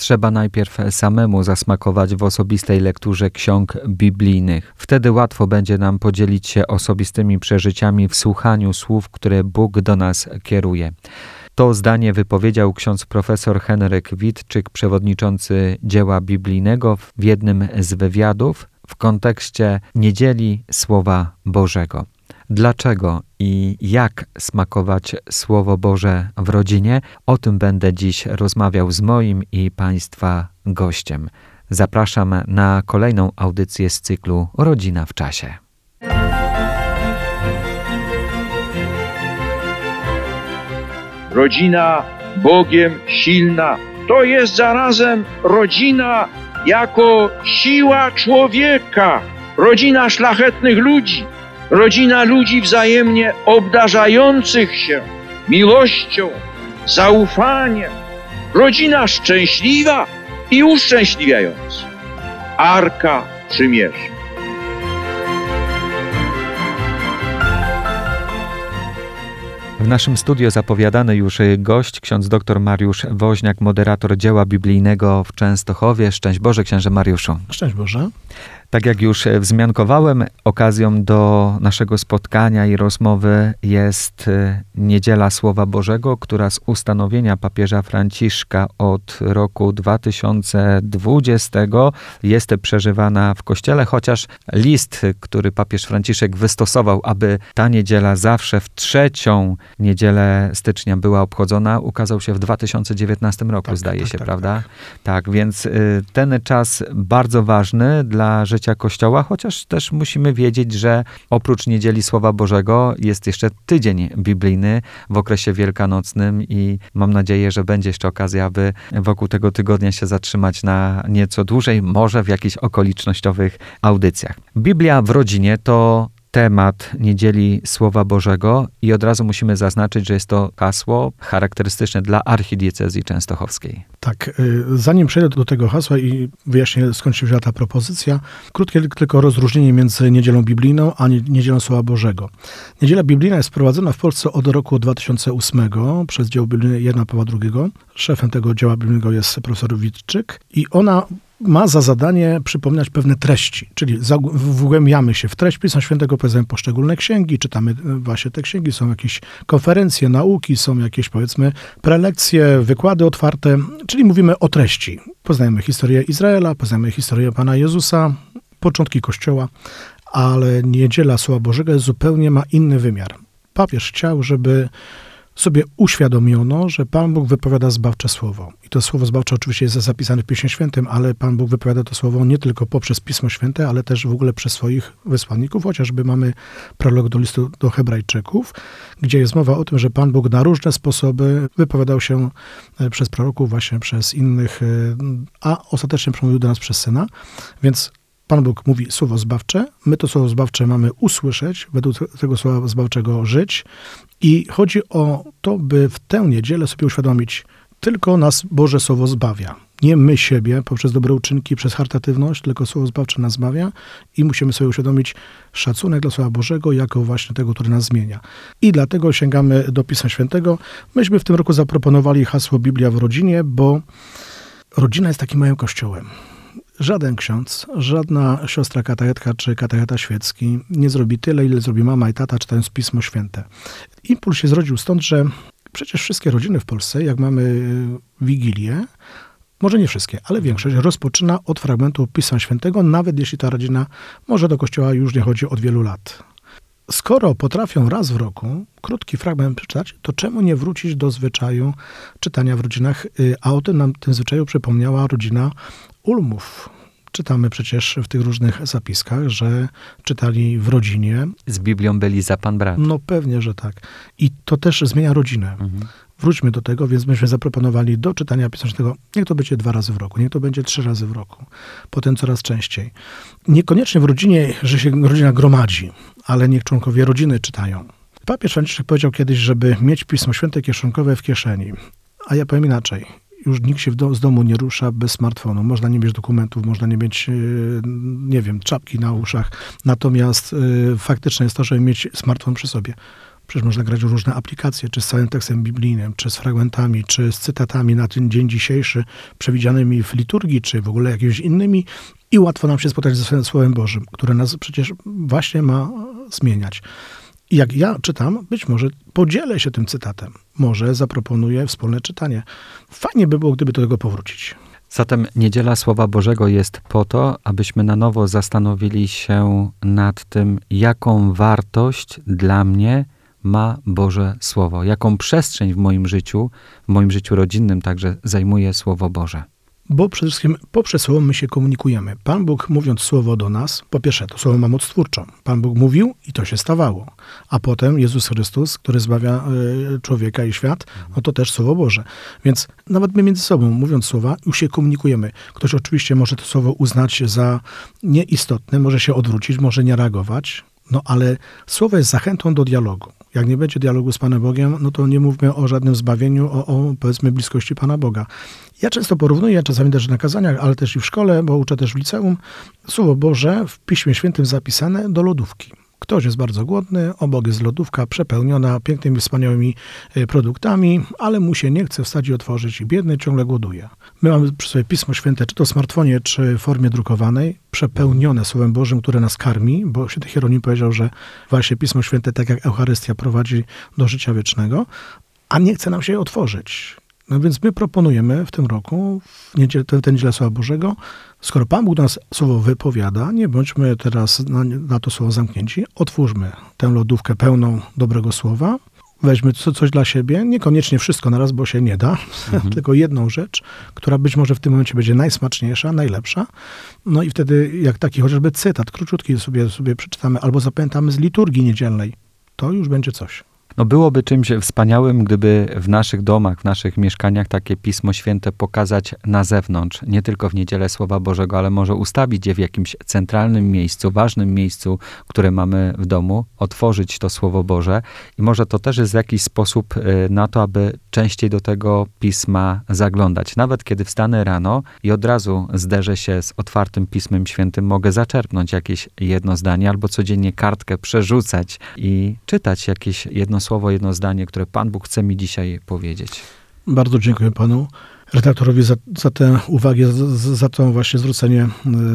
trzeba najpierw samemu zasmakować w osobistej lekturze ksiąg biblijnych. Wtedy łatwo będzie nam podzielić się osobistymi przeżyciami w słuchaniu słów, które Bóg do nas kieruje. To zdanie wypowiedział ksiądz profesor Henryk Witczyk, przewodniczący dzieła biblijnego, w jednym z wywiadów w kontekście Niedzieli Słowa Bożego. Dlaczego i jak smakować Słowo Boże w rodzinie? O tym będę dziś rozmawiał z moim i Państwa gościem. Zapraszam na kolejną audycję z cyklu Rodzina w czasie. Rodzina Bogiem silna to jest zarazem rodzina jako siła człowieka, rodzina szlachetnych ludzi, rodzina ludzi wzajemnie obdarzających się miłością, zaufaniem, rodzina szczęśliwa i uszczęśliwiająca. Arka Przymierza. W naszym studiu zapowiadany już gość, ksiądz dr Mariusz Woźniak, moderator dzieła biblijnego w Częstochowie. Szczęść Boże, księże Mariuszu. Szczęść Boże. Tak jak już wzmiankowałem, okazją do naszego spotkania i rozmowy jest Niedziela Słowa Bożego, która z ustanowienia papieża Franciszka od roku 2020 jest przeżywana w Kościele, chociaż list, który papież Franciszek wystosował, aby ta niedziela zawsze w trzecią niedzielę stycznia była obchodzona, ukazał się w 2019 roku, zdaje się, prawda? Tak, więc ten czas bardzo ważny dla życia Kościoła, chociaż też musimy wiedzieć, że oprócz Niedzieli Słowa Bożego jest jeszcze tydzień biblijny w okresie wielkanocnym i mam nadzieję, że będzie jeszcze okazja, aby wokół tego tygodnia się zatrzymać na nieco dłużej, może w jakichś okolicznościowych audycjach. Biblia w rodzinie to temat Niedzieli Słowa Bożego i od razu musimy zaznaczyć, że jest to hasło charakterystyczne dla archidiecezji częstochowskiej. Tak, zanim przejdę do tego hasła i wyjaśnię, skąd się wzięła ta propozycja, krótkie tylko rozróżnienie między Niedzielą Biblijną a Niedzielą Słowa Bożego. Niedziela Biblijna jest wprowadzona w Polsce od roku 2008 przez dzieło biblijne Jana Pawła II. Szefem tego dzieła biblijnego jest profesor Witczyk i ona ma za zadanie przypominać pewne treści, czyli wgłębiamy się w treść Pisma Świętego, powiedzmy poszczególne księgi, czytamy właśnie te księgi, są jakieś konferencje, nauki, są jakieś powiedzmy prelekcje, wykłady otwarte, czyli mówimy o treści. Poznajemy historię Izraela, poznajemy historię Pana Jezusa, początki Kościoła, ale Niedziela Słowa Bożego zupełnie ma inny wymiar. Papież chciał, żeby sobie uświadomiono, że Pan Bóg wypowiada zbawcze słowo. I to słowo zbawcze oczywiście jest zapisane w Piśmie Świętym, ale Pan Bóg wypowiada to słowo nie tylko poprzez Pismo Święte, ale też w ogóle przez swoich wysłanników. Chociażby mamy prolog do listu do Hebrajczyków, gdzie jest mowa o tym, że Pan Bóg na różne sposoby wypowiadał się przez proroków, właśnie przez innych, a ostatecznie przemówił do nas przez Syna. Więc Pan Bóg mówi słowo zbawcze, my to słowo zbawcze mamy usłyszeć, według tego słowa zbawczego żyć i chodzi o to, by w tę niedzielę sobie uświadomić, tylko nas Boże Słowo zbawia. Nie my siebie poprzez dobre uczynki, przez charytatywność, tylko Słowo zbawcze nas zbawia i musimy sobie uświadomić szacunek dla Słowa Bożego jako właśnie tego, który nas zmienia. I dlatego sięgamy do Pisma Świętego. Myśmy w tym roku zaproponowali hasło Biblia w rodzinie, bo rodzina jest takim małym kościołem. Żaden ksiądz, żadna siostra katechetka czy katecheta świecki nie zrobi tyle, ile zrobi mama i tata, czytając Pismo Święte. Impuls się zrodził stąd, że przecież wszystkie rodziny w Polsce, jak mamy Wigilię, może nie wszystkie, ale większość rozpoczyna od fragmentu Pisma Świętego, nawet jeśli ta rodzina może do kościoła już nie chodzi od wielu lat. Skoro potrafią raz w roku krótki fragment przeczytać, to czemu nie wrócić do zwyczaju czytania w rodzinach? A o tym nam tym zwyczaju przypomniała rodzina Ulmów. Czytamy przecież w tych różnych zapiskach, że czytali w rodzinie. Z Biblią byli za Pan brat. No pewnie, że tak. I to też zmienia rodzinę. Wróćmy do tego, więc myśmy zaproponowali do czytania Pisma Świętego, niech to będzie 2 razy w roku, niech to będzie 3 razy w roku, potem coraz częściej. Niekoniecznie w rodzinie, że się rodzina gromadzi, ale niech członkowie rodziny czytają. Papież Franciszek powiedział kiedyś, żeby mieć Pismo Święte kieszonkowe w kieszeni. A ja powiem inaczej. Już nikt się z domu nie rusza bez smartfonu. Można nie mieć dokumentów, można nie mieć, nie wiem, czapki na uszach. Natomiast faktyczne jest to, żeby mieć smartfon przy sobie. Przecież można grać różne aplikacje, czy z całym tekstem biblijnym, czy z fragmentami, czy z cytatami na ten dzień dzisiejszy, przewidzianymi w liturgii, czy w ogóle jakimiś innymi. I łatwo nam się spotkać ze Słowem Bożym, które nas przecież właśnie ma zmieniać. I jak ja czytam, być może podzielę się tym cytatem. Może zaproponuję wspólne czytanie. Fajnie by było, gdyby do tego powrócić. Zatem Niedziela Słowa Bożego jest po to, abyśmy na nowo zastanowili się nad tym, jaką wartość dla mnie ma Boże Słowo. Jaką przestrzeń w moim życiu rodzinnym także zajmuje Słowo Boże. Bo przede wszystkim poprzez Słowo my się komunikujemy. Pan Bóg, mówiąc Słowo do nas, po pierwsze, to Słowo ma moc twórczą. Pan Bóg mówił i to się stawało. A potem Jezus Chrystus, który zbawia człowieka i świat, no to też Słowo Boże. Więc nawet my między sobą, mówiąc słowa, już się komunikujemy. Ktoś oczywiście może to słowo uznać za nieistotne, może się odwrócić, może nie reagować, no ale Słowo jest zachętą do dialogu. Jak nie będzie dialogu z Panem Bogiem, no to nie mówmy o żadnym zbawieniu, o powiedzmy bliskości Pana Boga. Ja często porównuję, czasami też na kazaniach, ale też i w szkole, bo uczę też w liceum, Słowo Boże w Piśmie Świętym zapisane do lodówki. Ktoś jest bardzo głodny, obok jest lodówka przepełniona pięknymi, wspaniałymi produktami, ale mu się nie chce wstać i otworzyć i biedny ciągle głoduje. My mamy przy sobie Pismo Święte, czy to w smartfonie, czy w formie drukowanej, przepełnione Słowem Bożym, które nas karmi, bo święty Hieronim powiedział, że właśnie Pismo Święte, tak jak Eucharystia, prowadzi do życia wiecznego, a nie chce nam się otworzyć. No więc my proponujemy w tym roku, tę Niedzielę Słowa Bożego, skoro Pan Bóg do nas słowo wypowiada, nie bądźmy teraz na to słowo zamknięci, otwórzmy tę lodówkę pełną dobrego słowa, weźmy coś dla siebie, niekoniecznie wszystko naraz, bo się nie da, tylko jedną rzecz, która być może w tym momencie będzie najsmaczniejsza, najlepsza. No i wtedy jak taki chociażby cytat, króciutki sobie przeczytamy, albo zapamiętamy z liturgii niedzielnej, to już będzie coś. No byłoby czymś wspaniałym, gdyby w naszych domach, w naszych mieszkaniach takie Pismo Święte pokazać na zewnątrz, nie tylko w Niedzielę Słowa Bożego, ale może ustawić je w jakimś centralnym miejscu, ważnym miejscu, które mamy w domu, otworzyć to Słowo Boże i może to też jest jakiś sposób na to, aby częściej do tego Pisma zaglądać. Nawet kiedy wstanę rano i od razu zderzę się z otwartym Pismem Świętym, mogę zaczerpnąć jakieś jedno zdanie albo codziennie kartkę przerzucać i czytać jakieś jedno słowo, jedno zdanie, które Pan Bóg chce mi dzisiaj powiedzieć. Bardzo dziękuję panu redaktorowi za tę uwagę, za to właśnie zwrócenie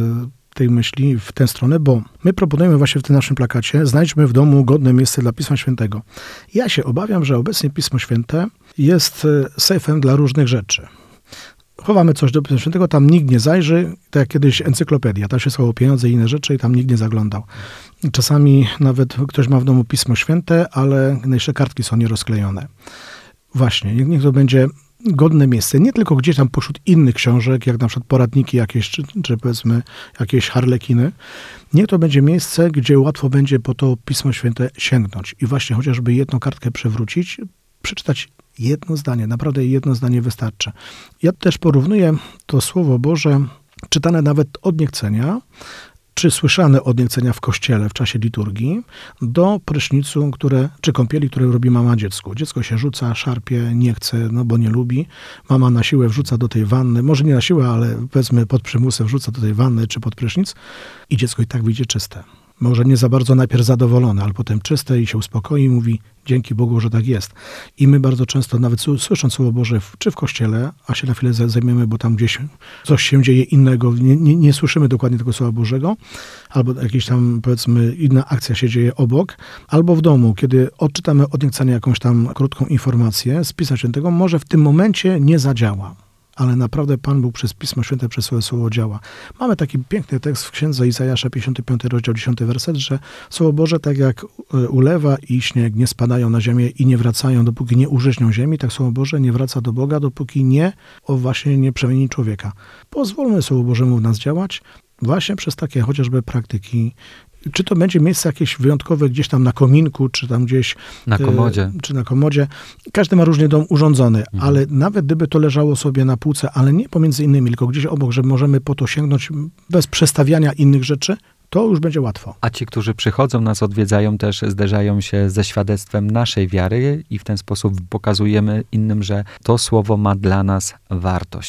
tej myśli w tę stronę, bo my proponujemy właśnie w tym naszym plakacie znajdźmy w domu godne miejsce dla Pisma Świętego. Ja się obawiam, że obecnie Pismo Święte jest sejfem dla różnych rzeczy. Chowamy coś do Pisma Świętego, tam nikt nie zajrzy, tak jak kiedyś encyklopedia, tam się schowało pieniądze i inne rzeczy i tam nikt nie zaglądał. Czasami nawet ktoś ma w domu Pismo Święte, ale jeszcze kartki są nierozklejone. Właśnie, niech to będzie godne miejsce, nie tylko gdzieś tam pośród innych książek, jak na przykład poradniki jakieś, czy powiedzmy jakieś harlekiny. Niech to będzie miejsce, gdzie łatwo będzie po to Pismo Święte sięgnąć i właśnie chociażby jedną kartkę przewrócić, przeczytać jedno zdanie, naprawdę jedno zdanie wystarczy. Ja też porównuję to Słowo Boże, czytane nawet od niechcenia, czy słyszane od niechcenia w kościele w czasie liturgii, do prysznicu, czy kąpieli, które robi mama dziecku. Dziecko się rzuca, szarpie, nie chce, no bo nie lubi. Mama na siłę wrzuca do tej wanny, może nie na siłę, ale powiedzmy pod przymusem wrzuca do tej wanny czy pod prysznic i dziecko i tak wyjdzie czyste. Może nie za bardzo najpierw zadowolone, ale potem czyste i się uspokoi i mówi dzięki Bogu, że tak jest. I my bardzo często, nawet słysząc Słowo Boże, czy w kościele, a się na chwilę zajmiemy, bo tam gdzieś coś się dzieje innego, nie słyszymy dokładnie tego Słowa Bożego, albo jakaś tam, powiedzmy, inna akcja się dzieje obok, albo w domu, kiedy odczytamy od niechcenia jakąś tam krótką informację z Pisma Świętego, może w tym momencie nie zadziała. Ale naprawdę Pan Bóg przez Pismo Święte, przez swoje Słowo działa. Mamy taki piękny tekst w Księdze Izajasza, 55 rozdział, 10 werset, że Słowo Boże, tak jak ulewa i śnieg nie spadają na ziemię i nie wracają, dopóki nie użyźnią ziemi, tak Słowo Boże nie wraca do Boga, dopóki nie przemieni człowieka. Pozwólmy Słowu Bożemu w nas działać właśnie przez takie chociażby praktyki. Czy to będzie miejsce jakieś wyjątkowe gdzieś tam na kominku, czy tam gdzieś na komodzie. Czy na komodzie. Każdy ma różnie dom urządzony, ale nawet gdyby to leżało sobie na półce, ale nie pomiędzy innymi, tylko gdzieś obok, że możemy po to sięgnąć bez przestawiania innych rzeczy, to już będzie łatwo. A ci, którzy przychodzą, nas odwiedzają, też zderzają się ze świadectwem naszej wiary i w ten sposób pokazujemy innym, że to słowo ma dla nas wartość.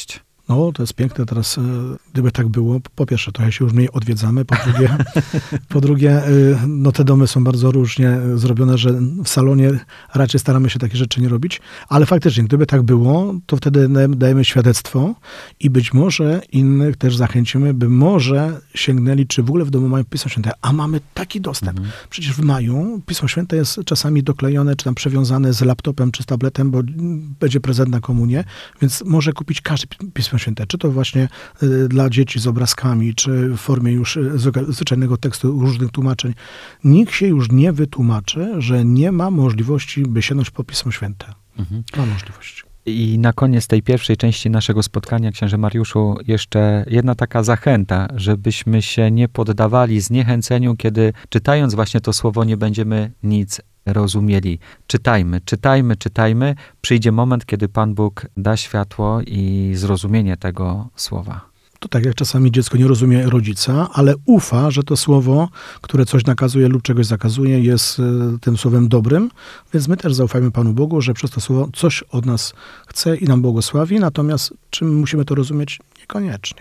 No, to jest piękne. Teraz, gdyby tak było, po pierwsze, trochę się już mniej odwiedzamy, po drugie, no te domy są bardzo różnie zrobione, że w salonie raczej staramy się takie rzeczy nie robić, ale faktycznie, gdyby tak było, to wtedy dajemy świadectwo i być może innych też zachęcimy, by może sięgnęli, czy w ogóle w domu mają Pismo Święte, a mamy taki dostęp. Przecież w maju Pismo Święte jest czasami doklejone, czy tam przewiązane z laptopem, czy z tabletem, bo będzie prezent na komunię, więc może kupić każdy Pismo Święte, czy to właśnie dla dzieci z obrazkami, czy w formie już zwyczajnego tekstu różnych tłumaczeń. Nikt się już nie wytłumaczy, że nie ma możliwości, by sięgnąć po Pismo Święte. Ma możliwość. I na koniec tej pierwszej części naszego spotkania, księże Mariuszu, jeszcze jedna taka zachęta, żebyśmy się nie poddawali zniechęceniu, kiedy czytając właśnie to słowo nie będziemy nic rozumieli. Czytajmy, czytajmy, czytajmy. Przyjdzie moment, kiedy Pan Bóg da światło i zrozumienie tego słowa. To tak jak czasami dziecko nie rozumie rodzica, ale ufa, że to słowo, które coś nakazuje lub czegoś zakazuje, jest tym słowem dobrym. Więc my też zaufajmy Panu Bogu, że przez to słowo coś od nas chce i nam błogosławi. Natomiast czy my musimy to rozumieć? Niekoniecznie.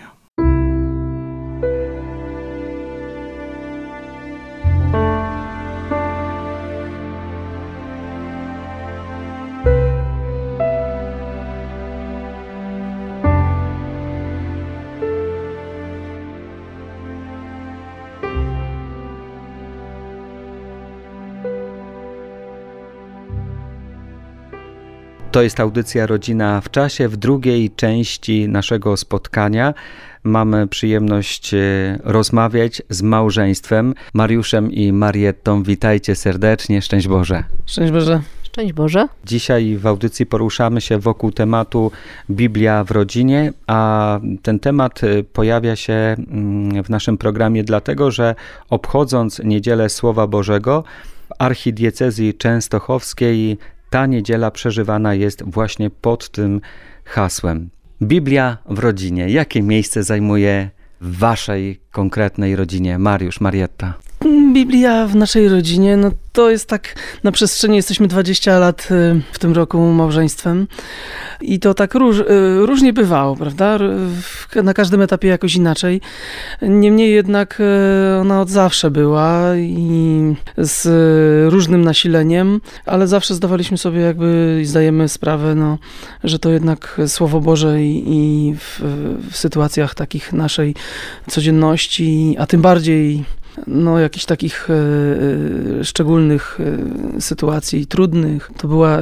To jest audycja Rodzina w czasie. W drugiej części naszego spotkania mamy przyjemność rozmawiać z małżeństwem Mariuszem i Mariettą. Witajcie serdecznie. Szczęść Boże. Szczęść Boże. Szczęść Boże. Dzisiaj w audycji poruszamy się wokół tematu Biblia w rodzinie, a ten temat pojawia się w naszym programie dlatego, że obchodząc Niedzielę Słowa Bożego w archidiecezji częstochowskiej ta niedziela przeżywana jest właśnie pod tym hasłem. Biblia w rodzinie. Jakie miejsce zajmuje w waszej konkretnej rodzinie? Mariusz, Marietta. Biblia w naszej rodzinie, no to jest tak, na przestrzeni jesteśmy 20 lat w tym roku małżeństwem i to tak różnie bywało, prawda? Na każdym etapie jakoś inaczej. Niemniej jednak ona od zawsze była i z różnym nasileniem, ale zawsze zdawaliśmy sobie zdajemy sprawę, no, że to jednak Słowo Boże i w sytuacjach takich naszej codzienności, a tym bardziej no, jakichś takich szczególnych sytuacji trudnych, to była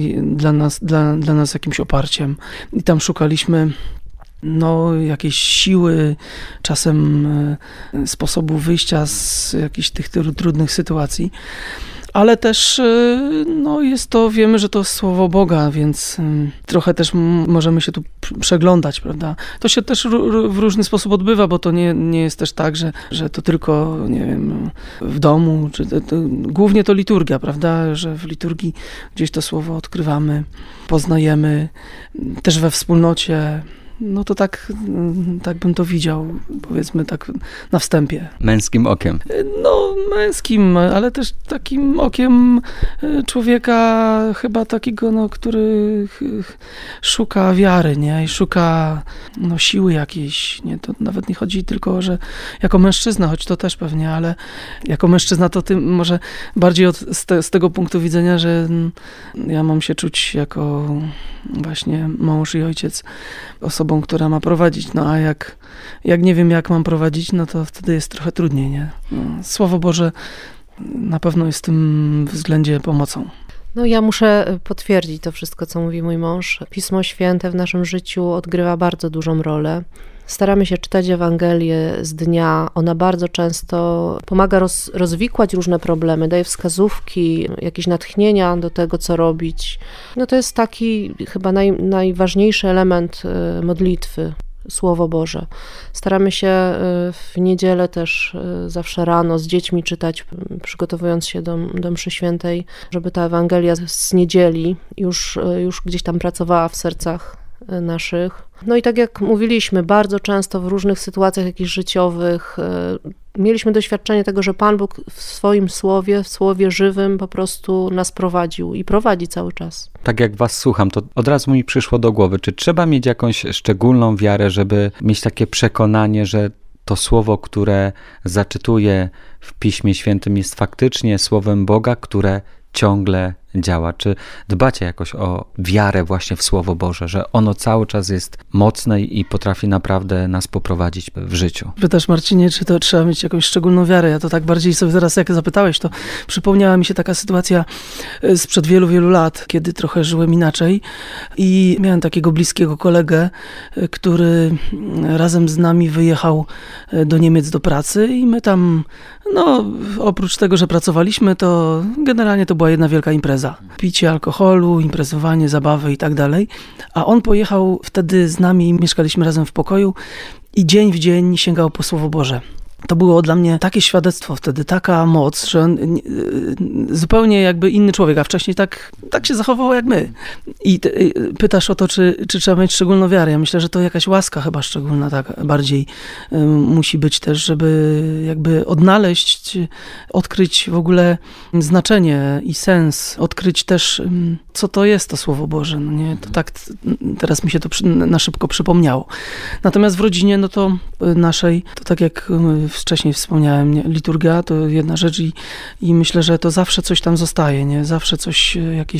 dla nas jakimś oparciem. I tam szukaliśmy jakiejś siły, czasem sposobu wyjścia z jakichś tych trudnych sytuacji. Ale też wiemy, że to Słowo Boga, więc trochę też możemy się tu przeglądać, prawda? To się też w różny sposób odbywa, bo to nie jest też tak, że to tylko, nie wiem, w domu, głównie to liturgia, prawda? Że w liturgii gdzieś to Słowo odkrywamy, poznajemy, też we wspólnocie. No to tak bym to widział, powiedzmy tak na wstępie. Męskim okiem. No, męskim, ale też takim okiem człowieka chyba takiego, który szuka wiary, nie? I szuka siły jakiejś, nie? To nawet nie chodzi tylko, że jako mężczyzna, choć to też pewnie, ale jako mężczyzna to tym może bardziej z tego punktu widzenia, że ja mam się czuć jako właśnie mąż i ojciec osobą, która ma prowadzić. No a jak nie wiem, jak mam prowadzić, no to wtedy jest trochę trudniej, nie? Słowo Boże na pewno jest w tym względzie pomocą. No ja muszę potwierdzić to wszystko, co mówi mój mąż. Pismo Święte w naszym życiu odgrywa bardzo dużą rolę. Staramy się czytać Ewangelię z dnia. Ona bardzo często pomaga rozwikłać różne problemy, daje wskazówki, jakieś natchnienia do tego, co robić. No to jest taki chyba najważniejszy element modlitwy, Słowo Boże. Staramy się w niedzielę też zawsze rano z dziećmi czytać, przygotowując się do mszy świętej, żeby ta Ewangelia z niedzieli już gdzieś tam pracowała w sercach naszych. No i tak jak mówiliśmy, bardzo często w różnych sytuacjach jakichś życiowych mieliśmy doświadczenie tego, że Pan Bóg w swoim słowie, w słowie żywym po prostu nas prowadził i prowadzi cały czas. Tak jak was słucham, to od razu mi przyszło do głowy, czy trzeba mieć jakąś szczególną wiarę, żeby mieć takie przekonanie, że to słowo, które zaczytuję w Piśmie Świętym, jest faktycznie słowem Boga, które ciągle działa? Czy dbacie jakoś o wiarę właśnie w Słowo Boże, że ono cały czas jest mocne i potrafi naprawdę nas poprowadzić w życiu? Pytasz, Marcinie, czy to trzeba mieć jakąś szczególną wiarę? Ja to tak bardziej sobie teraz, jak zapytałeś, to przypomniała mi się taka sytuacja sprzed wielu, wielu lat, kiedy trochę żyłem inaczej i miałem takiego bliskiego kolegę, który razem z nami wyjechał do Niemiec do pracy i my tam, no oprócz tego, że pracowaliśmy, to generalnie to była jedna wielka impreza. Picie alkoholu, imprezowanie, zabawy i tak dalej. A on pojechał wtedy z nami, mieszkaliśmy razem w pokoju i dzień w dzień sięgał po Słowo Boże. To było dla mnie takie świadectwo wtedy, taka moc, że on zupełnie jakby inny człowiek, a wcześniej tak się zachował jak my. I pytasz o to, czy trzeba mieć szczególną wiarę. Ja myślę, że to jakaś łaska chyba szczególna, tak bardziej musi być też, żeby jakby odnaleźć, odkryć w ogóle znaczenie i sens, odkryć też, co to jest to Słowo Boże. No nie? To tak teraz mi się to na szybko przypomniało. Natomiast w rodzinie, no to naszej, to tak jak wcześniej wspomniałem, liturgia to jedna rzecz i myślę, że to zawsze coś tam zostaje, nie? Zawsze coś,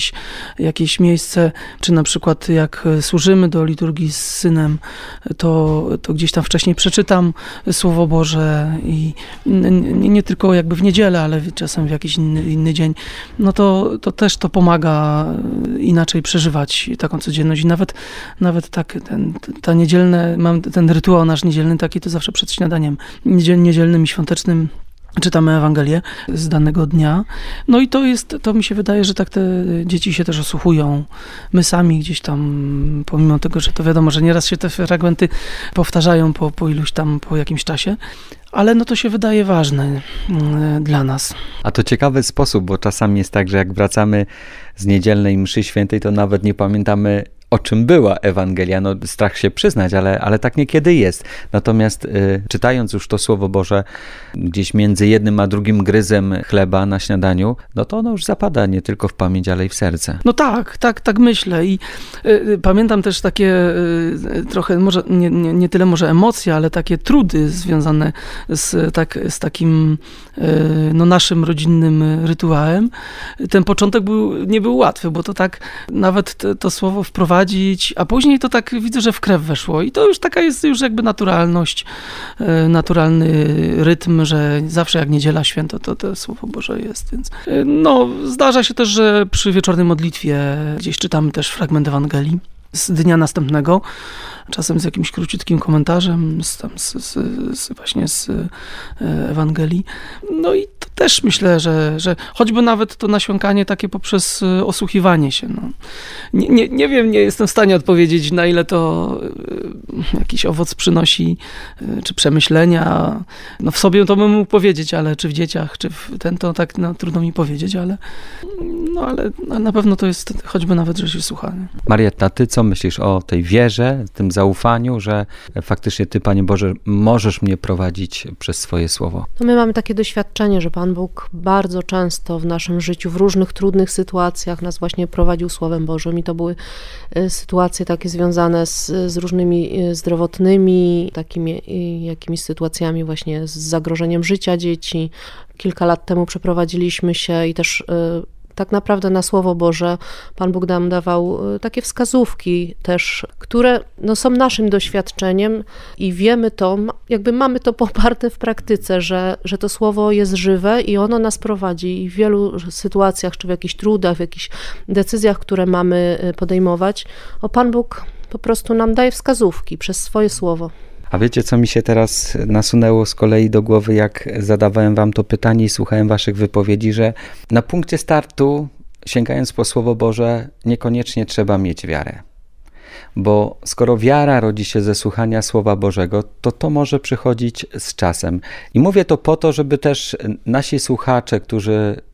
jakieś miejsce, czy na przykład jak służymy do liturgii z synem, to gdzieś tam wcześniej przeczytam Słowo Boże i nie tylko jakby w niedzielę, ale czasem w jakiś inny dzień, no to też to pomaga inaczej przeżywać taką codzienność i nawet tak ta niedzielne, mam ten rytuał nasz niedzielny taki, to zawsze przed śniadaniem niedzielnym i świątecznym czytamy Ewangelię z danego dnia. No i to mi się wydaje, że tak te dzieci się też osłuchują. My sami gdzieś tam, pomimo tego, że to wiadomo, że nieraz się te fragmenty powtarzają po iluś tam, po jakimś czasie, ale no to się wydaje ważne dla nas. A to ciekawy sposób, bo czasami jest tak, że jak wracamy z niedzielnej mszy świętej, to nawet nie pamiętamy, o czym była Ewangelia. No strach się przyznać, ale tak niekiedy jest. Natomiast czytając już to Słowo Boże gdzieś między jednym a drugim gryzem chleba na śniadaniu, no to ono już zapada nie tylko w pamięć, ale i w serce. No tak myślę i pamiętam też takie trochę, może nie tyle może emocje, ale takie trudy związane z takim no, naszym rodzinnym rytuałem. Ten początek nie był łatwy, bo to tak nawet to słowo wprowadzić, a później to tak widzę, że w krew weszło i to już taka jest już jakby naturalność, naturalny rytm, że zawsze jak niedziela, święto, to Słowo Boże jest, więc no zdarza się też, że przy wieczornej modlitwie gdzieś czytamy też fragment Ewangelii z dnia następnego, czasem z jakimś króciutkim komentarzem właśnie z Ewangelii. No i to też myślę, że choćby nawet to nasiąkanie takie poprzez osłuchiwanie się. No. Nie wiem, nie jestem w stanie odpowiedzieć, na ile to jakiś owoc przynosi, czy przemyślenia. No w sobie to bym mógł powiedzieć, ale czy w dzieciach, czy w to tak no, trudno mi powiedzieć, ale na pewno to jest choćby nawet, że się słucha. Nie? Marietta, ty co myślisz o tej wierze, tym zaufaniu, że faktycznie Ty, Panie Boże, możesz mnie prowadzić przez swoje słowo? No my mamy takie doświadczenie, że Pan Bóg bardzo często w naszym życiu, w różnych trudnych sytuacjach nas właśnie prowadził Słowem Bożym i to były sytuacje takie związane z różnymi zdrowotnymi, takimi jakimiś sytuacjami właśnie z zagrożeniem życia dzieci. Kilka lat temu przeprowadziliśmy się i też tak naprawdę na Słowo Boże Pan Bóg nam dawał takie wskazówki też, które no, są naszym doświadczeniem i wiemy to, jakby mamy to poparte w praktyce, że to Słowo jest żywe i ono nas prowadzi i w wielu sytuacjach, czy w jakichś trudach, w jakichś decyzjach, które mamy podejmować, Pan Bóg po prostu nam daje wskazówki przez swoje Słowo. A wiecie, co mi się teraz nasunęło z kolei do głowy, jak zadawałem wam to pytanie i słuchałem waszych wypowiedzi, że na punkcie startu, sięgając po Słowo Boże, niekoniecznie trzeba mieć wiarę. Bo skoro wiara rodzi się ze słuchania Słowa Bożego, to może przychodzić z czasem. I mówię to po to, żeby też nasi słuchacze, którzy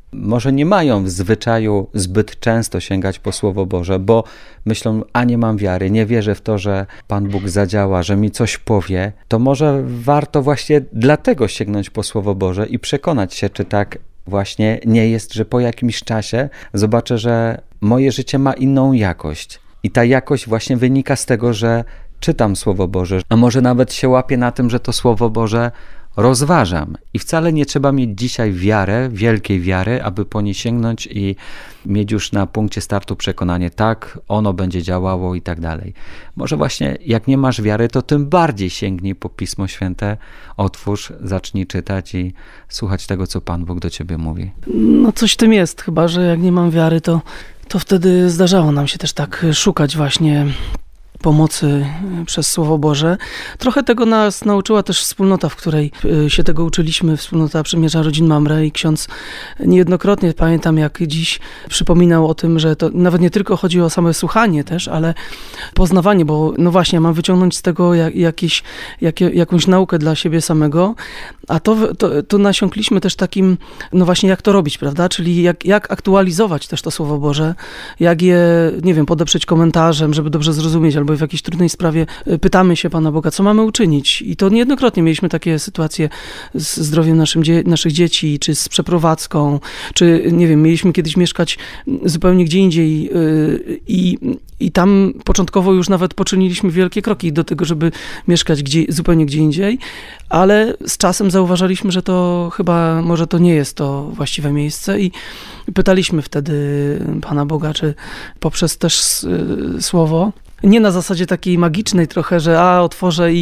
może nie mają w zwyczaju zbyt często sięgać po Słowo Boże, bo myślą, a nie mam wiary, nie wierzę w to, że Pan Bóg zadziała, że mi coś powie, to może warto właśnie dlatego sięgnąć po Słowo Boże i przekonać się, czy tak właśnie nie jest, że po jakimś czasie zobaczę, że moje życie ma inną jakość. I ta jakość właśnie wynika z tego, że czytam Słowo Boże, a może nawet się łapię na tym, że to Słowo Boże rozważam. I wcale nie trzeba mieć dzisiaj wiarę, wielkiej wiary, aby po nie sięgnąć i mieć już na punkcie startu przekonanie, tak, ono będzie działało i tak dalej. Może właśnie jak nie masz wiary, to tym bardziej sięgnij po Pismo Święte, otwórz, zacznij czytać i słuchać tego, co Pan Bóg do ciebie mówi. No coś w tym jest chyba, że jak nie mam wiary, to wtedy zdarzało nam się też tak szukać właśnie pomocy przez Słowo Boże. Trochę tego nas nauczyła też wspólnota, w której się tego uczyliśmy, wspólnota Przymierza Rodzin Mamre, i ksiądz niejednokrotnie, pamiętam jak dziś, przypominał o tym, że to nawet nie tylko chodzi o same słuchanie też, ale poznawanie, bo no właśnie, ja mam wyciągnąć z tego jakąś naukę dla siebie samego, a to nasiąkliśmy też takim, no właśnie jak to robić, prawda? Czyli jak aktualizować też to Słowo Boże, jak je, nie wiem, podeprzeć komentarzem, żeby dobrze zrozumieć, albo w jakiejś trudnej sprawie pytamy się Pana Boga, co mamy uczynić. I to niejednokrotnie mieliśmy takie sytuacje z zdrowiem naszych dzieci, czy z przeprowadzką, czy nie wiem, mieliśmy kiedyś mieszkać zupełnie gdzie indziej i tam początkowo już nawet poczyniliśmy wielkie kroki do tego, żeby mieszkać zupełnie gdzie indziej, ale z czasem zauważaliśmy, że to chyba może to nie jest to właściwe miejsce i pytaliśmy wtedy Pana Boga, czy poprzez też Słowo, nie na zasadzie takiej magicznej trochę, że otworzę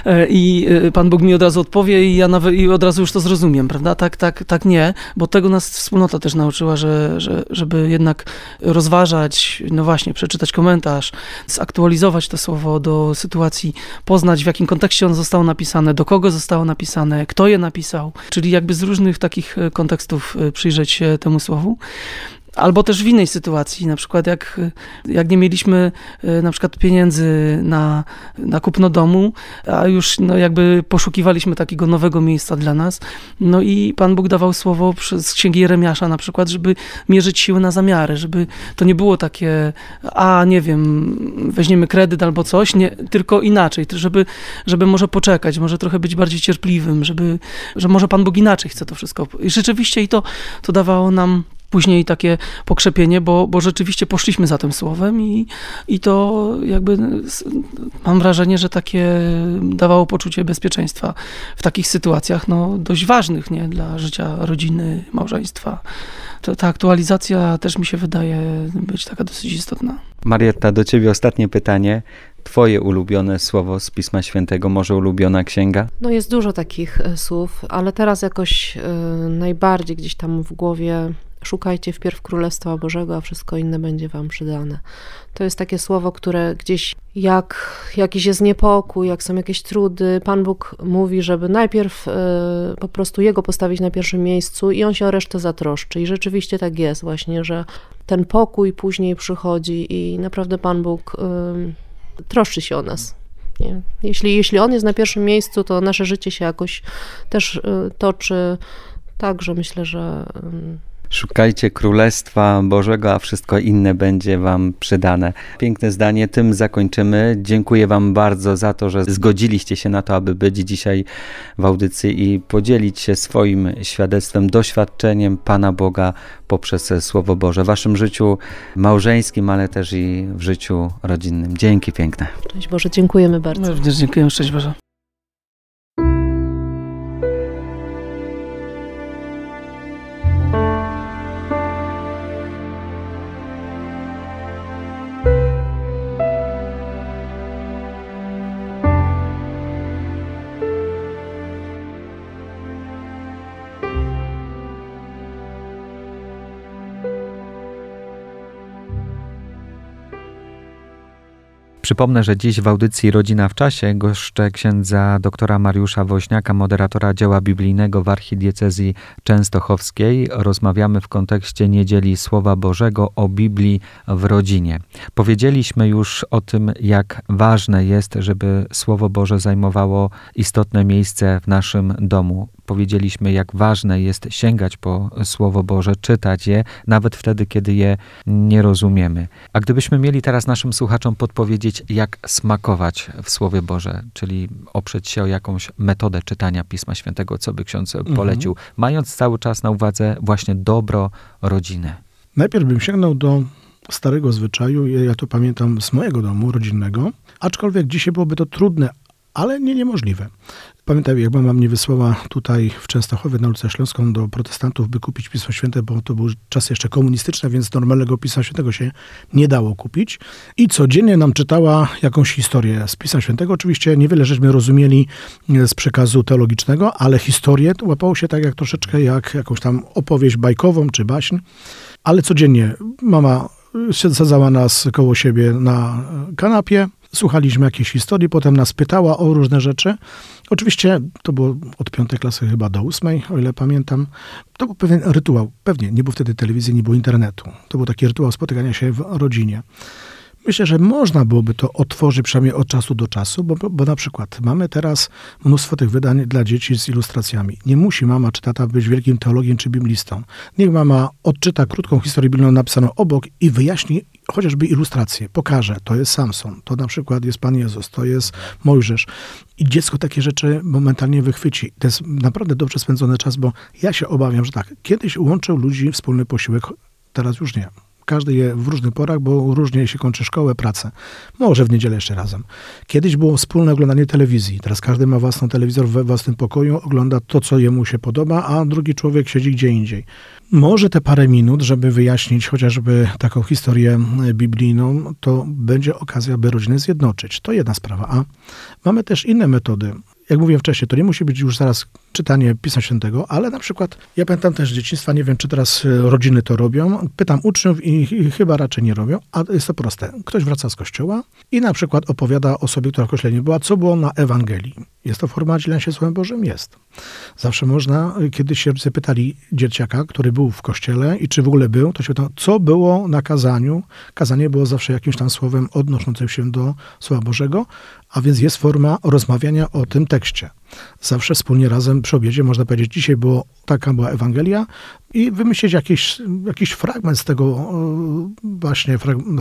i Pan Bóg mi od razu odpowie i ja nawet i od razu już to zrozumiem, prawda? Tak nie, bo tego nas wspólnota też nauczyła, żeby jednak rozważać, no właśnie, przeczytać komentarz, zaktualizować to słowo do sytuacji, poznać w jakim kontekście ono zostało napisane, do kogo zostało napisane, kto je napisał, czyli jakby z różnych takich kontekstów przyjrzeć się temu słowu. Albo też w innej sytuacji, na przykład jak nie mieliśmy na przykład pieniędzy na kupno domu, a już no jakby poszukiwaliśmy takiego nowego miejsca dla nas, no i Pan Bóg dawał słowo z Księgi Jeremiasza na przykład, żeby mierzyć siły na zamiary, żeby to nie było takie, nie wiem, weźmiemy kredyt albo coś, nie, tylko inaczej, żeby może poczekać, może trochę być bardziej cierpliwym, że może Pan Bóg inaczej chce to wszystko. I rzeczywiście to dawało nam później takie pokrzepienie, bo rzeczywiście poszliśmy za tym słowem i to jakby mam wrażenie, że takie dawało poczucie bezpieczeństwa w takich sytuacjach no, dość ważnych, nie, dla życia rodziny, małżeństwa. Ta aktualizacja też mi się wydaje być taka dosyć istotna. Marietta, do ciebie ostatnie pytanie. Twoje ulubione słowo z Pisma Świętego, może ulubiona księga? No jest dużo takich słów, ale teraz jakoś najbardziej gdzieś tam w głowie szukajcie wpierw Królestwa Bożego, a wszystko inne będzie wam przydane. To jest takie słowo, które gdzieś jak jakiś jest niepokój, jak są jakieś trudy, Pan Bóg mówi, żeby najpierw po prostu Jego postawić na pierwszym miejscu i On się o resztę zatroszczy. I rzeczywiście tak jest właśnie, że ten pokój później przychodzi i naprawdę Pan Bóg troszczy się o nas. Nie? Jeśli On jest na pierwszym miejscu, to nasze życie się jakoś też toczy. Także myślę, że Szukajcie Królestwa Bożego, a wszystko inne będzie wam przydane. Piękne zdanie, tym zakończymy. Dziękuję wam bardzo za to, że zgodziliście się na to, aby być dzisiaj w audycji i podzielić się swoim świadectwem, doświadczeniem Pana Boga poprzez Słowo Boże w waszym życiu małżeńskim, ale też i w życiu rodzinnym. Dzięki piękne. Szczęść Boże, dziękujemy bardzo. Również dziękuję, szczęść Boże. Przypomnę, że dziś w audycji Rodzina w czasie goszczę księdza doktora Mariusza Woźniaka, moderatora dzieła biblijnego w archidiecezji częstochowskiej. Rozmawiamy w kontekście Niedzieli Słowa Bożego o Biblii w rodzinie. Powiedzieliśmy już o tym, jak ważne jest, żeby Słowo Boże zajmowało istotne miejsce w naszym domu. powiedzieliśmy, jak ważne jest sięgać po Słowo Boże, czytać je, nawet wtedy, kiedy je nie rozumiemy. A gdybyśmy mieli teraz naszym słuchaczom podpowiedzieć, jak smakować w Słowie Boże, czyli oprzeć się o jakąś metodę czytania Pisma Świętego, co by ksiądz polecił, mając cały czas na uwadze właśnie dobro rodziny? Najpierw bym sięgnął do starego zwyczaju, ja to pamiętam z mojego domu rodzinnego, aczkolwiek dzisiaj byłoby to trudne, ale nie niemożliwe. Pamiętam, jak mama mnie wysłała tutaj w Częstochowie na ulicę Śląską do protestantów, by kupić Pismo Święte, bo to były czasy jeszcze komunistyczne, więc normalnego Pisma Świętego się nie dało kupić. I codziennie nam czytała jakąś historię z Pisma Świętego. Oczywiście niewiele żeśmy rozumieli z przekazu teologicznego, ale historię łapało się tak jak troszeczkę jak jakąś tam opowieść bajkową czy baśń. Ale codziennie mama sadzała nas koło siebie na kanapie, słuchaliśmy jakiejś historii, potem nas pytała o różne rzeczy. Oczywiście to było od 5. klasy chyba do 8, o ile pamiętam. To był pewien rytuał. Pewnie nie było wtedy telewizji, nie było internetu. To był taki rytuał spotykania się w rodzinie. Myślę, że można byłoby to otworzyć przynajmniej od czasu do czasu, bo na przykład mamy teraz mnóstwo tych wydań dla dzieci z ilustracjami. Nie musi mama czy tata być wielkim teologiem czy biblistą. Niech mama odczyta krótką historię biblijną napisaną obok i wyjaśni chociażby ilustrację. Pokaże, to jest Samson, to na przykład jest Pan Jezus, to jest Mojżesz. I dziecko takie rzeczy momentalnie wychwyci. To jest naprawdę dobrze spędzony czas, bo ja się obawiam, że tak, kiedyś łączył ludzi wspólny posiłek, teraz już nie. Każdy je w różnych porach, bo różnie się kończy szkołę, pracę. Może w niedzielę jeszcze razem. Kiedyś było wspólne oglądanie telewizji. Teraz każdy ma własny telewizor we własnym pokoju, ogląda to, co jemu się podoba, a drugi człowiek siedzi gdzie indziej. Może te parę minut, żeby wyjaśnić chociażby taką historię biblijną, to będzie okazja, by rodzinę zjednoczyć. To jedna sprawa. A mamy też inne metody. Jak mówiłem wcześniej, to nie musi być już zaraz czytanie Pisma Świętego, ale na przykład, ja pamiętam też z dzieciństwa, nie wiem, czy teraz rodziny to robią, pytam uczniów i chyba raczej nie robią, a jest to proste. Ktoś wraca z kościoła i na przykład opowiada osobie, która w kościele nie była, co było na Ewangelii. Jest to forma dzielenia się Słowem Bożym? Jest. Zawsze można, kiedyś się zapytali dzieciaka, który był w kościele i czy w ogóle był, to się pytał, co było na kazaniu. Kazanie było zawsze jakimś tam słowem odnoszącym się do Słowa Bożego, a więc jest forma rozmawiania o tym tekście. Zawsze wspólnie razem przy obiedzie można powiedzieć, dzisiaj taka była Ewangelia i wymyślić jakiś fragment z tego właśnie,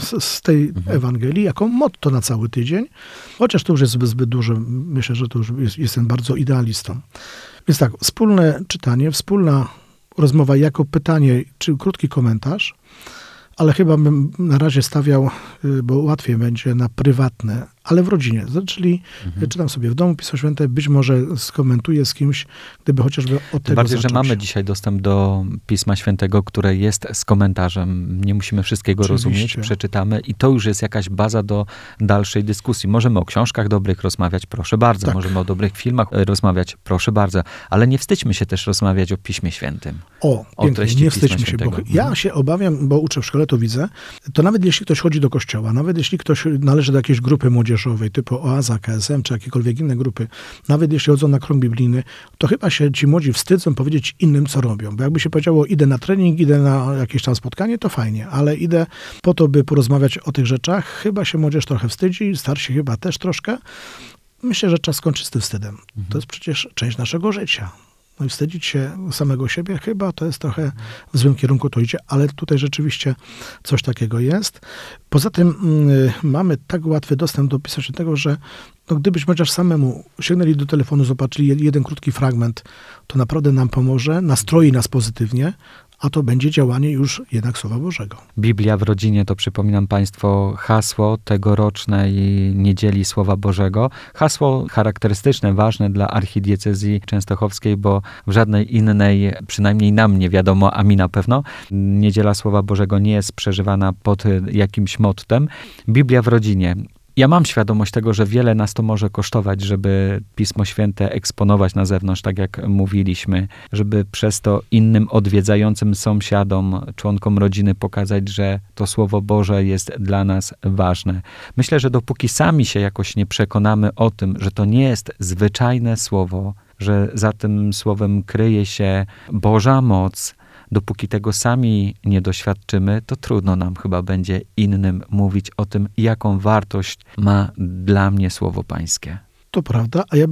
z tej Ewangelii, jako motto na cały tydzień. Chociaż to już jest zbyt dużo, myślę, że to już jestem bardzo idealistą. Więc tak, wspólne czytanie, wspólna rozmowa jako pytanie, czy krótki komentarz, ale chyba bym na razie stawiał, bo łatwiej będzie, na prywatne, ale w rodzinie. Czyli czytam sobie w domu Pismo Święte, być może skomentuję z kimś, gdyby chociażby od tego bardziej, zacząć. że mamy dzisiaj dostęp do Pisma Świętego, które jest z komentarzem. Nie musimy wszystkiego rozumieć, przeczytamy i to już jest jakaś baza do dalszej dyskusji. Możemy o książkach dobrych rozmawiać, proszę bardzo. Tak. Możemy o dobrych filmach rozmawiać, proszę bardzo. Ale nie wstydźmy się też rozmawiać o Piśmie Świętym. O treści nie wstydźmy się, bo ja się obawiam, bo uczę w szkole, to widzę, to nawet jeśli ktoś chodzi do kościoła, nawet jeśli ktoś należy do jakiejś grupy młodzieżowej, typu Oaza, KSM, czy jakiekolwiek inne grupy, nawet jeśli chodzą na krąg biblijny, to chyba się ci młodzi wstydzą powiedzieć innym, co robią. Bo jakby się powiedziało, idę na trening, idę na jakieś tam spotkanie, to fajnie, ale idę po to, by porozmawiać o tych rzeczach. Chyba się młodzież trochę wstydzi, starsi chyba też troszkę. Myślę, że czas skończyć z tym wstydem. To jest przecież część naszego życia. No i wstydzić się samego siebie, chyba to jest trochę w złym kierunku to idzie, ale tutaj rzeczywiście coś takiego jest. Poza tym mamy tak łatwy dostęp do Pisma Świętego, że gdybyśmy chociaż samemu sięgnęli do telefonu, zobaczyli jeden krótki fragment, to naprawdę nam pomoże, nastroi nas pozytywnie, a to będzie działanie już jednak Słowa Bożego. Biblia w rodzinie to, przypominam Państwu, hasło tegorocznej Niedzieli Słowa Bożego. Hasło charakterystyczne, ważne dla archidiecezji częstochowskiej, bo w żadnej innej, przynajmniej nam nie wiadomo, a mi na pewno, Niedziela Słowa Bożego nie jest przeżywana pod jakimś mottem. Biblia w rodzinie. Ja mam świadomość tego, że wiele nas to może kosztować, żeby Pismo Święte eksponować na zewnątrz, tak jak mówiliśmy, żeby przez to innym odwiedzającym sąsiadom, członkom rodziny pokazać, że to Słowo Boże jest dla nas ważne. Myślę, że dopóki sami się jakoś nie przekonamy o tym, że to nie jest zwyczajne słowo, że za tym słowem kryje się Boża moc, dopóki tego sami nie doświadczymy, to trudno nam chyba będzie innym mówić o tym, jaką wartość ma dla mnie Słowo Pańskie. To prawda, a ja bym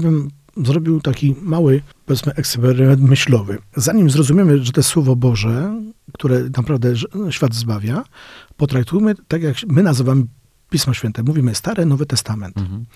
zrobił taki mały, powiedzmy, eksperyment myślowy. Zanim zrozumiemy, że to jest Słowo Boże, które naprawdę świat zbawia, potraktujmy tak, jak my nazywamy Pismo Święte. Mówimy Stary, Nowy Testament.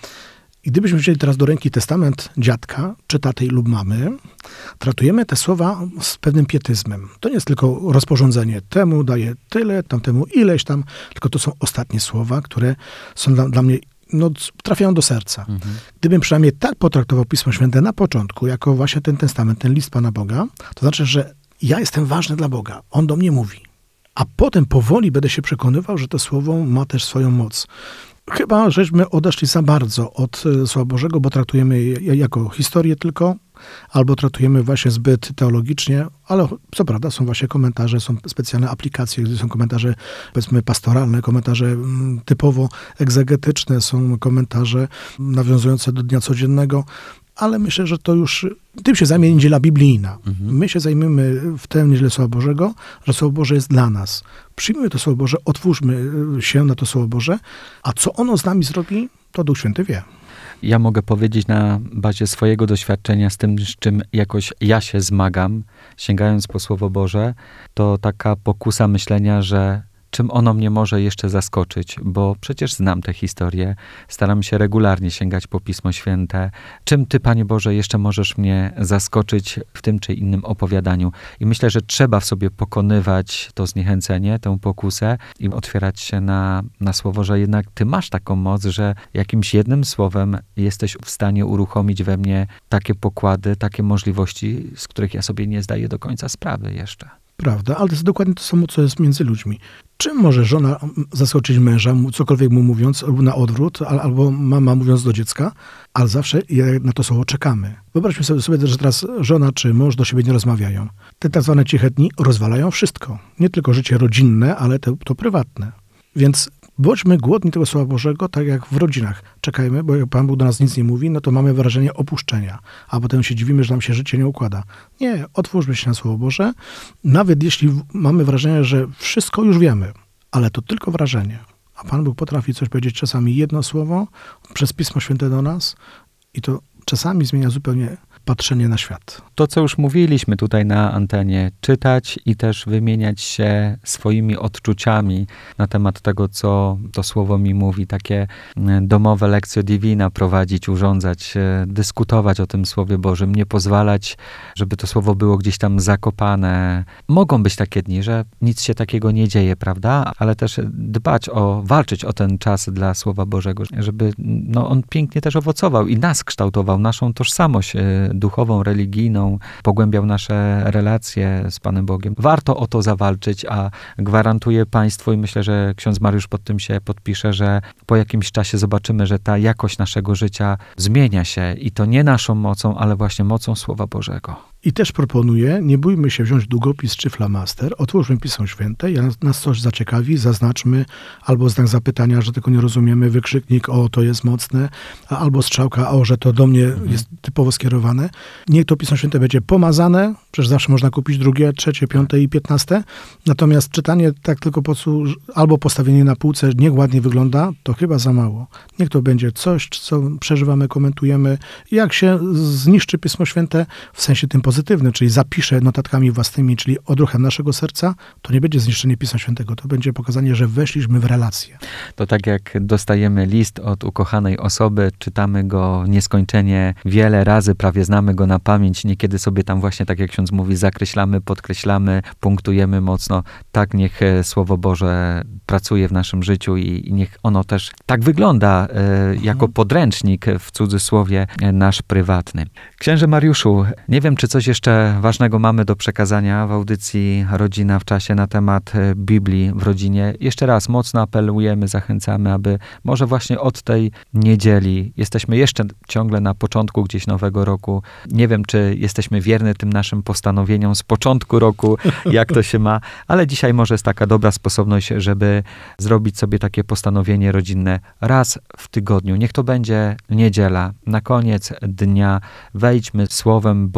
I gdybyśmy wzięli teraz do ręki testament dziadka, czy tatej lub mamy, traktujemy te słowa z pewnym pietyzmem. To nie jest tylko rozporządzenie, temu daje tyle, tamtemu ileś tam, tylko to są ostatnie słowa, które są dla mnie, trafiają do serca. Gdybym przynajmniej tak potraktował Pismo Święte na początku, jako właśnie ten testament, ten list Pana Boga, to znaczy, że ja jestem ważny dla Boga. On do mnie mówi. A potem powoli będę się przekonywał, że to słowo ma też swoją moc. Chyba żeśmy odeszli za bardzo od Słowa Bożego, bo traktujemy je jako historię tylko, albo traktujemy właśnie zbyt teologicznie, ale co prawda są właśnie komentarze, są specjalne aplikacje, gdzie są komentarze, powiedzmy, pastoralne, komentarze typowo egzegetyczne, są komentarze nawiązujące do dnia codziennego, ale myślę, że to już, tym się zajmie niedziela biblijna. My się zajmiemy w tę niedzielę Słowa Bożego, że Słowo Boże jest dla nas. Przyjmijmy to Słowo Boże, otwórzmy się na to Słowo Boże, a co ono z nami zrobi, to Duch Święty wie. Ja mogę powiedzieć na bazie swojego doświadczenia z tym, z czym jakoś ja się zmagam, sięgając po Słowo Boże, to taka pokusa myślenia, że czym ono mnie może jeszcze zaskoczyć, bo przecież znam tę historię, staram się regularnie sięgać po Pismo Święte. Czym Ty, Panie Boże, jeszcze możesz mnie zaskoczyć w tym czy innym opowiadaniu? I myślę, że trzeba w sobie pokonywać to zniechęcenie, tę pokusę i otwierać się na słowo, że jednak Ty masz taką moc, że jakimś jednym słowem jesteś w stanie uruchomić we mnie takie pokłady, takie możliwości, z których ja sobie nie zdaję do końca sprawy jeszcze. Prawda, ale to jest dokładnie to samo, co jest między ludźmi. Czym może żona zaskoczyć męża, cokolwiek mu mówiąc, albo na odwrót, albo mama mówiąc do dziecka, ale zawsze na to słowo czekamy. Wyobraźmy sobie, że teraz żona czy mąż do siebie nie rozmawiają. Te tak zwane ciche dni rozwalają wszystko. Nie tylko życie rodzinne, ale to prywatne. Więc bądźmy głodni tego Słowa Bożego, tak jak w rodzinach. Czekajmy, bo jak Pan Bóg do nas nic nie mówi, no to mamy wrażenie opuszczenia. A potem się dziwimy, że nam się życie nie układa. Nie, otwórzmy się na Słowo Boże. Nawet jeśli mamy wrażenie, że wszystko już wiemy, ale to tylko wrażenie. A Pan Bóg potrafi coś powiedzieć czasami jedno słowo przez Pismo Święte do nas i to czasami zmienia zupełnie patrzenie na świat. To, co już mówiliśmy tutaj na antenie, czytać i też wymieniać się swoimi odczuciami na temat tego, co to słowo mi mówi, takie domowe lekcje divina prowadzić, urządzać, dyskutować o tym Słowie Bożym, nie pozwalać, żeby to słowo było gdzieś tam zakopane. Mogą być takie dni, że nic się takiego nie dzieje, prawda? Ale też dbać walczyć o ten czas dla Słowa Bożego, żeby on pięknie też owocował i nas kształtował, naszą tożsamość duchową, religijną, pogłębiał nasze relacje z Panem Bogiem. Warto o to zawalczyć, a gwarantuję Państwu i myślę, że ksiądz Mariusz pod tym się podpisze, że po jakimś czasie zobaczymy, że ta jakość naszego życia zmienia się i to nie naszą mocą, ale właśnie mocą Słowa Bożego. I też proponuję, nie bójmy się wziąć długopis czy flamaster, otwórzmy Pismo Święte, nas coś zaciekawi, zaznaczmy, albo znak zapytania, że tego nie rozumiemy, wykrzyknik, to jest mocne, albo strzałka, że to do mnie jest typowo skierowane. Niech to Pismo Święte będzie pomazane, przecież zawsze można kupić drugie, trzecie, piąte i 15. Natomiast czytanie tak tylko albo postawienie na półce niech ładnie wygląda, to chyba za mało. Niech to będzie coś, co przeżywamy, komentujemy. Jak się zniszczy Pismo Święte w sensie tym pozytywnym, czyli zapiszę notatkami własnymi, czyli odruchem naszego serca, to nie będzie zniszczenie Pisma Świętego, to będzie pokazanie, że weszliśmy w relację. To tak jak dostajemy list od ukochanej osoby, czytamy go nieskończenie wiele razy, prawie znamy go na pamięć, niekiedy sobie tam właśnie, tak jak ksiądz mówi, zakreślamy, podkreślamy, punktujemy mocno. Tak niech Słowo Boże pracuje w naszym życiu i niech ono też tak wygląda jako podręcznik, w cudzysłowie, nasz prywatny. Księże Mariuszu, nie wiem, czy coś jeszcze ważnego mamy do przekazania w audycji Rodzina w czasie na temat Biblii w rodzinie. Jeszcze raz mocno apelujemy, zachęcamy, aby może właśnie od tej niedzieli, jesteśmy jeszcze ciągle na początku gdzieś nowego roku. Nie wiem, czy jesteśmy wierni tym naszym postanowieniom z początku roku, jak to się ma, ale dzisiaj może jest taka dobra sposobność, żeby zrobić sobie takie postanowienie rodzinne raz w tygodniu. Niech to będzie niedziela. Na koniec dnia wejdźmy Słowem Bożym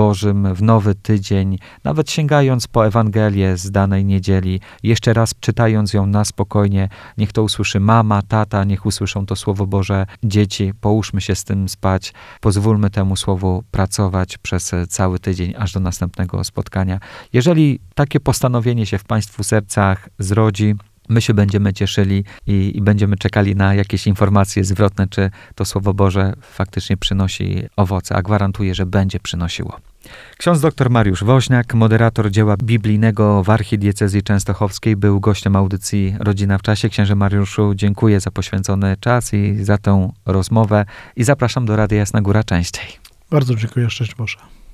zapraszamy w nowy tydzień, nawet sięgając po Ewangelię z danej niedzieli, jeszcze raz czytając ją na spokojnie. Niech to usłyszy mama, tata, niech usłyszą to Słowo Boże dzieci. Połóżmy się z tym spać, pozwólmy temu Słowu pracować przez cały tydzień, aż do następnego spotkania. Jeżeli takie postanowienie się w Państwu sercach zrodzi, my się będziemy cieszyli i będziemy czekali na jakieś informacje zwrotne, czy to Słowo Boże faktycznie przynosi owoce, a gwarantuję, że będzie przynosiło. Ksiądz dr Mariusz Woźniak, moderator dzieła biblijnego w Archidiecezji Częstochowskiej, był gościem audycji Rodzina w czasie. Księże Mariuszu, dziękuję za poświęcony czas i za tę rozmowę i zapraszam do Radia Jasna Góra częściej. Bardzo dziękuję, szczęść Boże.